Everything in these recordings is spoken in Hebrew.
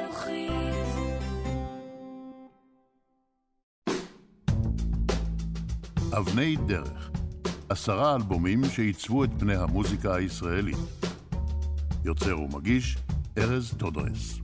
חינוכית. אבני דרך, 10 אלבומים שעיצבו את פני המוזיקה הישראלית. יוצר ומגיש ארז טודרס.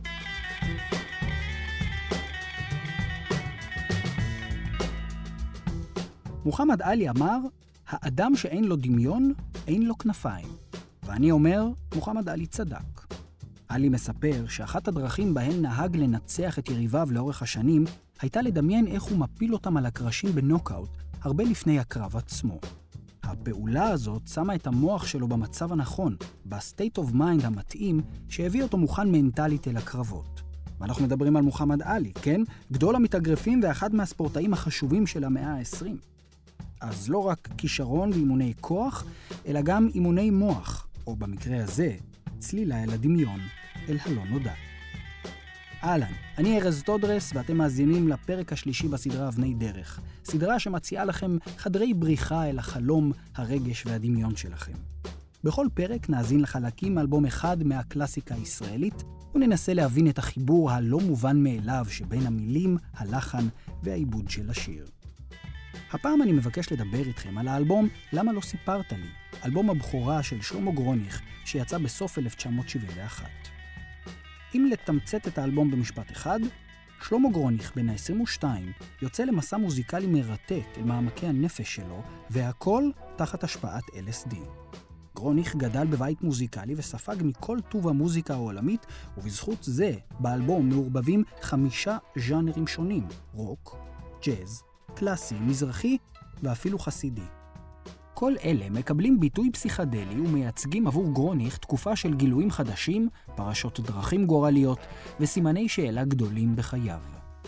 מוחמד עלי אמר, האדם שאין לו דמיון, אין לו כנפיים. ואני אומר, מוחמד עלי צדק. עלי מספר שאחת הדרכים בהן נהג לנצח את יריביו לאורך השנים, הייתה לדמיין איך הוא מפיל אותם על הקרשים בנוקאוט, הרבה לפני הקרב עצמו. הפעולה הזאת שמה את המוח שלו במצב הנכון, בסטייט אוף מיינד המתאים, שהביא אותו מוכן מנטלית אל הקרבות. ואנחנו מדברים על מוחמד עלי, כן? גדול המתאגרפים ואחד מהספורטאים החשובים של המאה ה-20. אז לא רק כישרון ואימוני כוח, אלא גם אימוני מוח, או במקרה הזה, צלילה אל הדמיון, אל הלא נודע. אהלן, אני ארז טודרס ואתם מאזינים לפרק השלישי בסדרה אבני דרך, סדרה שמציעה לכם חדרי בריחה אל החלום, הרגש והדמיון שלכם. בכל פרק נאזין לחלקים מאלבום אחד מהקלאסיקה הישראלית, וננסה להבין את החיבור הלא מובן מאליו שבין המילים, הלחן והעיבוד של השיר. הפעם אני מבקש לדבר איתכם על האלבום "למה לא סיפרת לי", אלבום הבכורה של שלמה גרוניך שיצא בסוף 1971. אם לתמצת את האלבום במשפט אחד, שלמה גרוניך בן ה-22 יוצא למסע מוזיקלי מרתק אל מעמקי הנפש שלו, והכל תחת השפעת LSD. גרוניך גדל בבית מוזיקלי וספג מכל טוב המוזיקה העולמית, ובזכות זה באלבום מעורבבים 5 ז'אנרים שונים: רוק, ג'אז, קלאסי, מזרחי ואפילו חסידי. כל אלה מקבלים ביטוי פסיכדלי ומייצגים עבור גרוניך תקופה של גילויים חדשים, פרשות דרכים גורליות וסימני שאלה גדולים בחייו.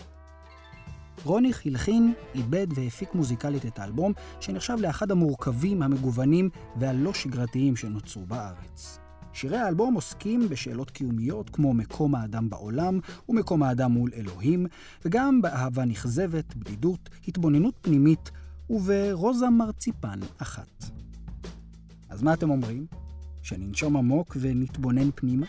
גרוניך הלחין, איבד והפיק מוזיקלית את האלבום, שנחשב לאחד המורכבים, המגוונים והלא שגרתיים שנוצרו בארץ. שירי האלבום עוסקים בשאלות קיומיות כמו מקום האדם בעולם ומקום האדם מול אלוהים, וגם באהבה נכזבת, בדידות, התבוננות פנימית וברוזה מרציפן אחת. אז מה אתם אומרים? שננשום עמוק ונתבונן פנימה?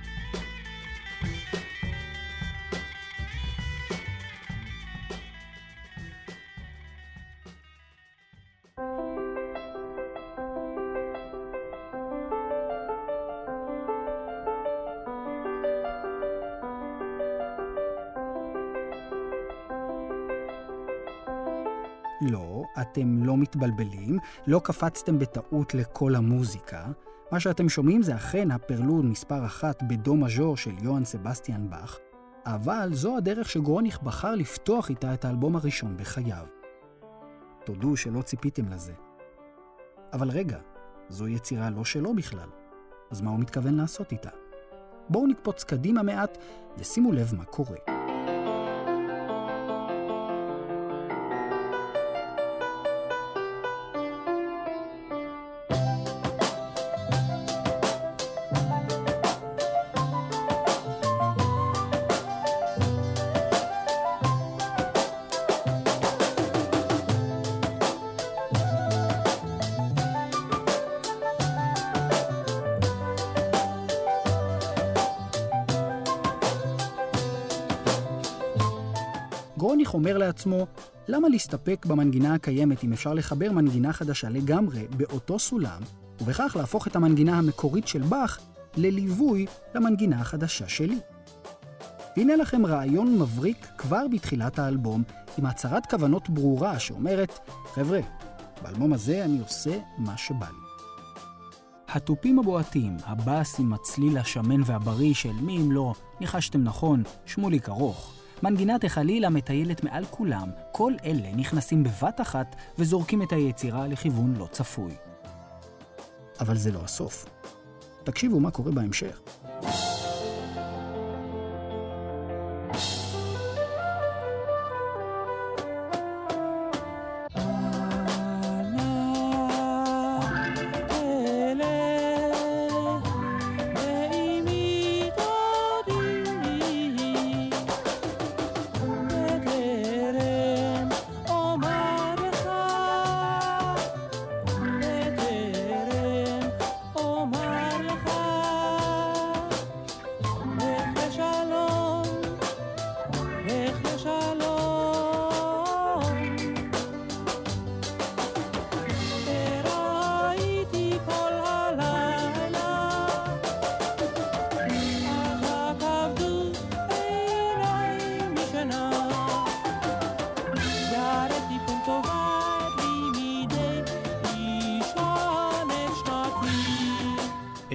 לא, אתם לא מתבלבלים, לא קפצתם בטעות לכל המוזיקה. מה שאתם שומעים זה אכן הפרלוד מספר 1 בדו מז'ור של יוהאן סבסטיאן באך, אבל זו הדרך שגרוניך בחר לפתוח איתה את האלבום הראשון בחייו. תודו שלא ציפיתם לזה. אבל רגע, זו יצירה לא שלו בכלל. אז מה הוא מתכוון לעשות איתה? בואו נקפוץ קדימה מעט ושימו לב מה קורה. גרוניך אומר לעצמו, למה להסתפק במנגינה הקיימת אם אפשר לחבר מנגינה חדשה לגמרי באותו סולם, ובכך להפוך את המנגינה המקורית של באך לליווי למנגינה החדשה שלי. והנה לכם רעיון מבריק כבר בתחילת האלבום, עם הצהרת כוונות ברורה שאומרת, חבר'ה, באלבום הזה אני עושה מה שבא לי. הטופים הבועטים, הבאס עם הצליל השמן והבריא של מי אם לא, ניחשתם נכון, שמוליק ארוך, מנגינת החליל המטיילת מעל כולם, כל אלה נכנסים בבת אחת וזורקים את היצירה לכיוון לא צפוי. אבל זה לא הסוף. תקשיבו מה קורה בהמשך.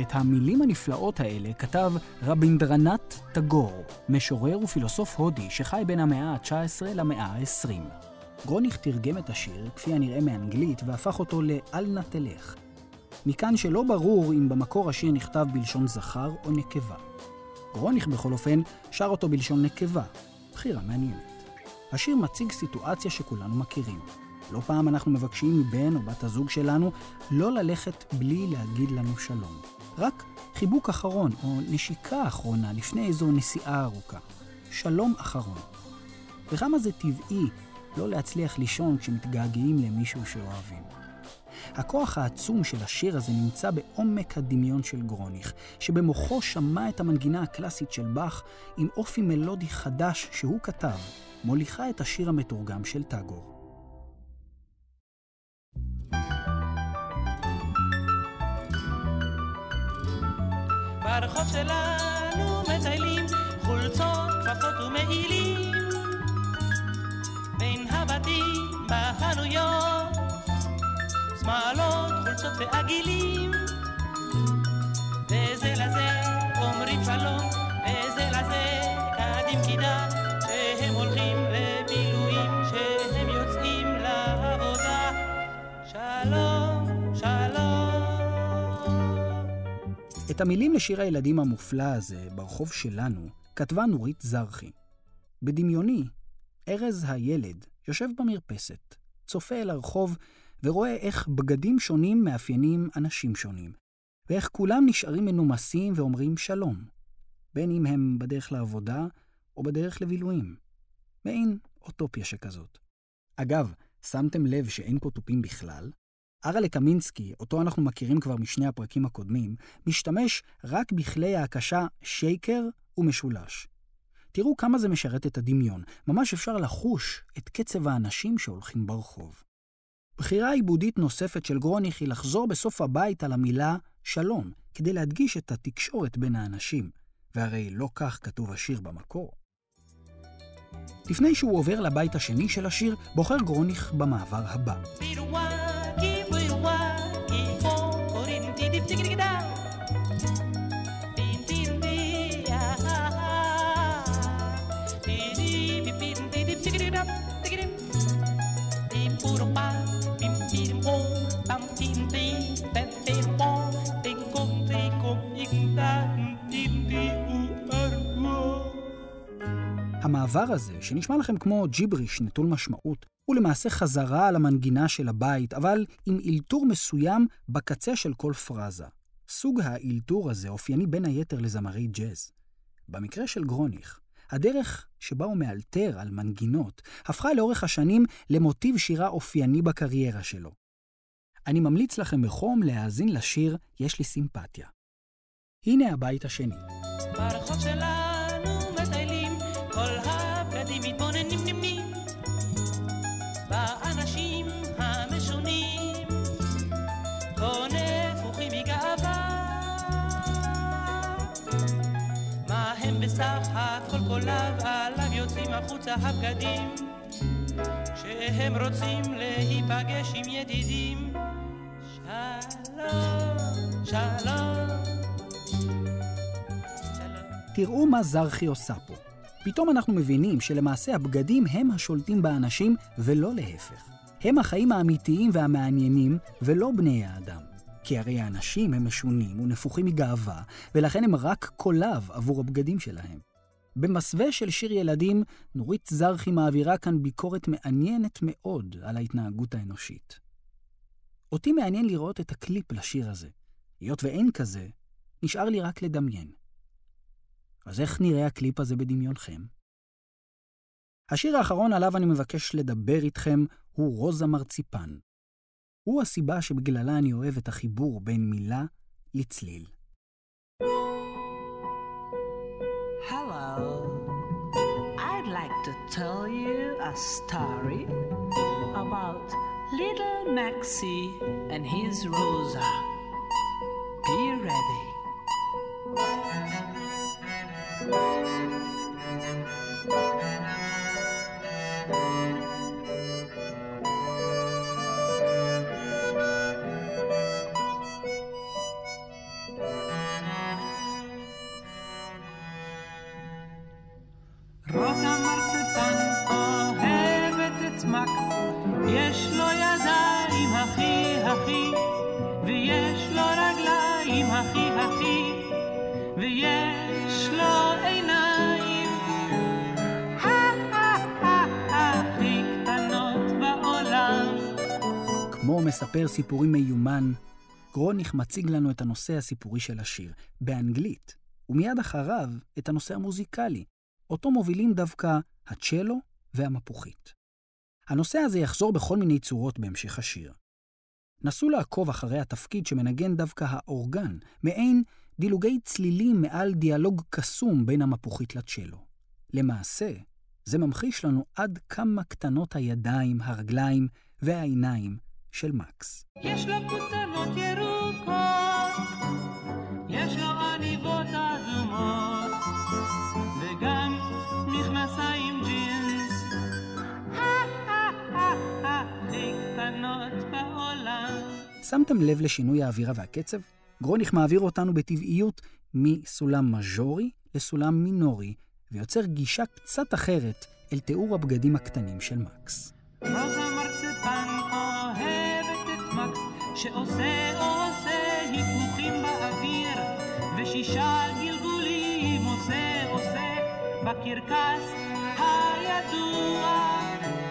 את המילים הנפלאות האלה כתב רבינדרנט טגור, משורר ופילוסוף הודי שחי בין המאה ה-19 למאה ה-20. גרוניך תרגם את השיר, כפי הנראה מאנגלית, והפך אותו ל"אל נא תלך". מכאן שלא ברור אם במקור השיר נכתב בלשון זכר או נקבה. גרוניך בכל אופן שר אותו בלשון נקבה, בחירה מעניינת. השיר מציג סיטואציה שכולנו מכירים. לא פעם אנחנו מבקשים מבן או בת הזוג שלנו לא ללכת בלי להגיד לנו שלום. רק חיבוק אחרון או נשיקה אחרונה לפני איזו נסיעה ארוכה. שלום אחרון. וכמה זה טבעי לא להצליח לישון כשמתגעגעים למישהו שאוהבים. הכוח העצום של השיר הזה נמצא בעומק הדמיון של גרוניך, שבמוחו שמע את המנגינה הקלאסית של באך עם אופי מלודי חדש שהוא כתב, מוליכה את השיר המתורגם של טאגור. ברחוב שלנו מטיילים חולצות, כפפות ומעילים בין הבתים בחנויות, שמאלות, חולצות ועגילים, וזה לזה אומרים שלום, וזה לזה קדים קידה, שהם הולכים לבילויים, שהם יוצאים לעבודה. שלום, שלום. את המילים לשיר הילדים המופלא הזה, ברחוב שלנו, כתבה נורית זרחי. בדמיוני, ארז הילד יושב במרפסת, צופה אל הרחוב ורואה איך בגדים שונים מאפיינים אנשים שונים, ואיך כולם נשארים מנומסים ואומרים שלום, בין אם הם בדרך לעבודה או בדרך לבילויים. מעין אוטופיה שכזאת. אגב, שמתם לב שאין פה תופים בכלל? ארלה קמינסקי, אותו אנחנו מכירים כבר משני הפרקים הקודמים, משתמש רק בכלי ההקשה שייקר ומשולש. תראו כמה זה משרת את הדמיון. ממש אפשר לחוש את קצב האנשים שהולכים ברחוב. בחירה עיבודית נוספת של גרוניך היא לחזור בסוף הבית על המילה שלום, כדי להדגיש את התקשורת בין האנשים, והרי לא כך כתוב השיר במקור. לפני שהוא עובר לבית השני של השיר, בוחר גרוניך במעבר הבא. המעבר הזה, שנשמע לכם כמו ג'יבריש נטול משמעות, הוא למעשה חזרה על המנגינה של הבית, אבל עם אילתור מסוים בקצה של כל פרזה. סוג האילתור הזה אופייני בין היתר לזמרי ג'אז. במקרה של גרוניך, הדרך שבה הוא מאלתר על מנגינות הפכה לאורך השנים למוטיב שירה אופייני בקריירה שלו. אני ממליץ לכם בחום להאזין לשיר "יש לי סימפתיה". הנה הבית השני. ברחוב שלנו מטיילים, כל הבגדים מתבוננים נמנים, באנשים המשונים, כה נפוחים מגאווה. מה הם בסך הכל קולב, עליו יוצאים החוצה הבגדים, שהם רוצים להיפגש עם ידידים. שלום, שלום. תראו מה זרחי עושה פה. פתאום אנחנו מבינים שלמעשה הבגדים הם השולטים באנשים ולא להפך. הם החיים האמיתיים והמעניינים ולא בני האדם. כי הרי האנשים הם משונים ונפוחים מגאווה, ולכן הם רק קולב עבור הבגדים שלהם. במסווה של שיר ילדים, נורית זרחי מעבירה כאן ביקורת מעניינת מאוד על ההתנהגות האנושית. אותי מעניין לראות את הקליפ לשיר הזה. היות ואין כזה, נשאר לי רק לדמיין. אז איך נראה הקליפ הזה בדמיונכם? השיר האחרון עליו אני מבקש לדבר איתכם הוא רוזה מרציפן. הוא הסיבה שבגללה אני אוהב את החיבור בין מילה לצליל. Hello, I'd like to tell you a story about little Maxie and his Rosa. Be ready. מספר סיפורים מיומן, גרוניך מציג לנו את הנושא הסיפורי של השיר, באנגלית, ומיד אחריו את הנושא המוזיקלי, אותו מובילים דווקא הצ'לו והמפוחית. הנושא הזה יחזור בכל מיני צורות בהמשך השיר. נסו לעקוב אחרי התפקיד שמנגן דווקא האורגן, מעין דילוגי צלילים מעל דיאלוג קסום בין המפוחית לצ'לו. למעשה, זה ממחיש לנו עד כמה קטנות הידיים, הרגליים והעיניים של מקס. יש לו כותנות ירוקות, יש לו עניבות אדומות, וגם מכנסיים ג'ינס. הכי קטנות בעולם. שמתם לב לשינוי האווירה והקצב? גרוניך מעביר אותנו בטבעיות מסולם מז'ורי לסולם מינורי, ויוצר גישה קצת אחרת אל תיאור הבגדים הקטנים של מקס. רוזה מרצפן אוהבת את מקס, שעושה היפוכים באוויר, ושישה גלגולים עושה בקרקס הידוע.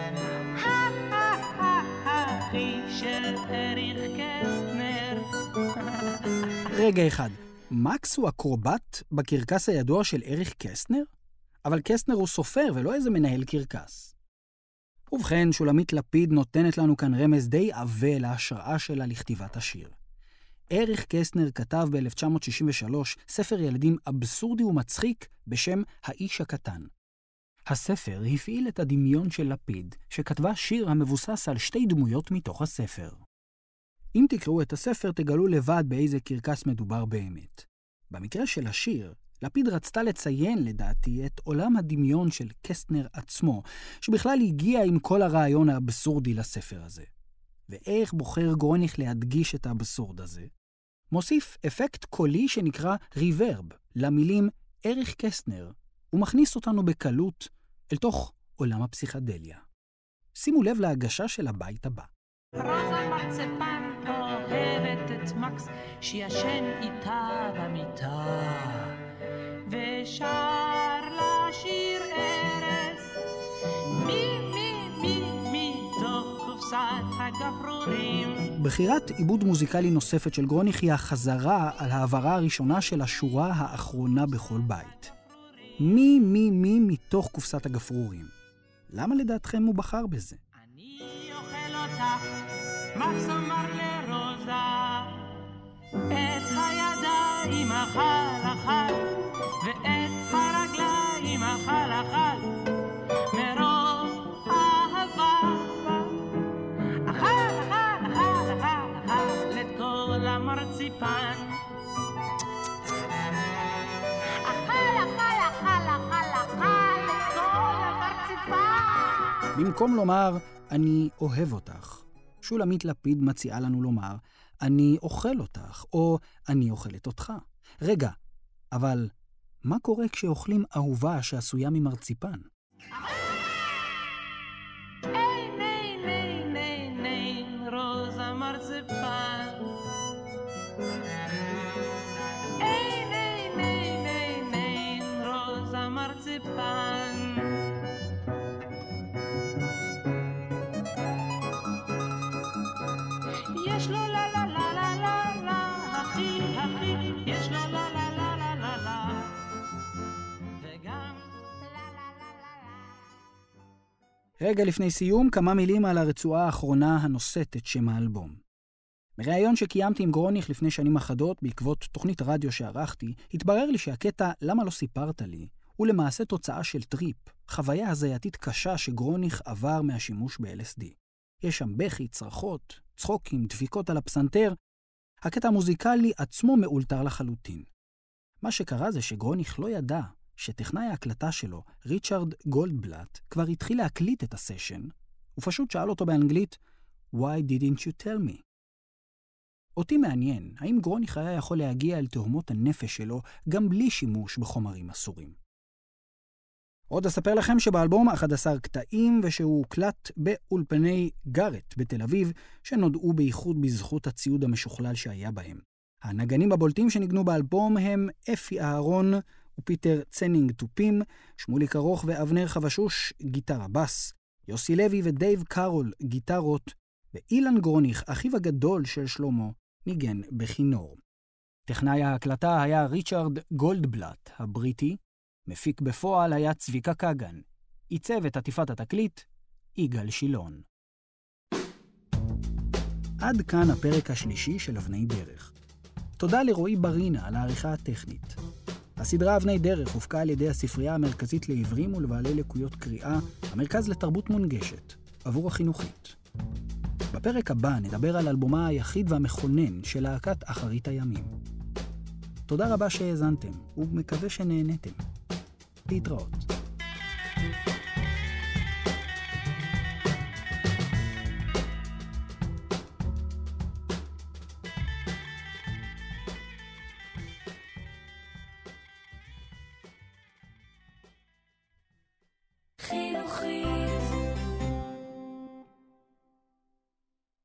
אחי של אריך קסטנר. רגע אחד, מקס הוא אקרובט בקרקס הידוע של אריך קסטנר? אבל קסטנר הוא סופר ולא איזה מנהל קרקס. ובכן, שולמית לפיד נותנת לנו כאן רמז די עבה להשראה שלה לכתיבת השיר. אריך קסטנר כתב ב-1963 ספר ילדים אבסורדי ומצחיק בשם האיש הקטן. הספר הפעיל את הדמיון של לפיד, שכתבה שיר המבוסס על שתי דמויות מתוך הספר. אם תקראו את הספר, תגלו לבד באיזה קרקס מדובר באמת. במקרה של השיר, לפיד רצתה לציין לדעתי את עולם הדמיון של קסטנר עצמו, שבכלל הגיע עם כל הרעיון האבסורדי לספר הזה. ואיך בוחר גרוניך להדגיש את האבסורד הזה? מוסיף אפקט קולי שנקרא ריברב למילים אריך קסטנר, ומכניס אותנו בקלות אל תוך עולם הפסיכדליה. שימו לב להגשה של הבית הבא. רוזה מרצפן אוהבת את מקס, שישן איתה במיטה, ושר לשיר ארז, מתוך קופסת הגפרורים. בחירת עיבוד מוזיקלי נוספת של גרוניך היא החזרה על העברה הראשונה של השורה האחרונה בכל בית. מי מתוך קופסת הגפרורים. למה לדעתכם הוא בחר בזה? אני אוכל אותך, מקס אמר לרוזה, את הידיים אכל, ואת הרגליים אכל, מרוב אהבה. אכל את כל המרציפן. במקום לומר, אני אוהב אותך, שולמית לפיד מציעה לנו לומר, אני אוכל אותך, או אני אוכלת אותך. רגע, אבל מה קורה כשאוכלים אהובה שעשויה ממרציפן? רוזה מרציפן. רוזה מרציפן. יש לו לה לה לה לה לה לה, אחי, יש לו לה לה לה לה לה לה, וגם לה לה לה לה לה. רגע לפני סיום, כמה מילים על הרצועה האחרונה הנושאת את שם האלבום. בראיון שקיימתי עם גרוניך לפני שנים אחדות בעקבות תוכנית רדיו שערכתי, התברר לי שהקטע "למה לא סיפרת לי" הוא למעשה תוצאה של טריפ, חוויה הזייתית קשה שגרוניך עבר מהשימוש ב-LSD. יש שם בכי, צרחות, צחוקים, דפיקות על הפסנתר. הקטע המוזיקלי עצמו מאולתר לחלוטין. מה שקרה זה שגרוניך לא ידע שטכנאי ההקלטה שלו, ריצ'רד גולדבלט, כבר התחיל להקליט את הסשן, ופשוט שאל אותו באנגלית, Why didn't you tell me? אותי מעניין, האם גרוניך היה יכול להגיע אל תהומות הנפש שלו גם בלי שימוש בחומרים אסורים. עוד אספר לכם שבאלבום 11 קטעים ושהוא הוקלט באולפני גארט בתל אביב, שנודעו בייחוד בזכות הציוד המשוכלל שהיה בהם. הנגנים הבולטים שניגנו באלבום הם אפי אהרון ופיטר צנינג טופים, שמוליק ארוך ואבנר חבשוש גיטרה בס, יוסי לוי ודייב קארול גיטרות, ואילן גרוניך, אחיו הגדול של שלמה, ניגן בכינור. טכנאי ההקלטה היה ריצ'רד גולדבלט הבריטי, מפיק בפועל היה צביקה קגן, עיצב את עטיפת התקליט יגאל שילון. עד כאן הפרק השלישי של אבני דרך. תודה לרועי ברינה על העריכה הטכנית. הסדרה אבני דרך הופקה על ידי הספרייה המרכזית לעיוורים ולבעלי לקויות קריאה, המרכז לתרבות מונגשת, עבור החינוכית. בפרק הבא נדבר על אלבומה היחיד והמכונן של להקת אחרית הימים. תודה רבה שהאזנתם, ומקווה שנהנתם. להתראות.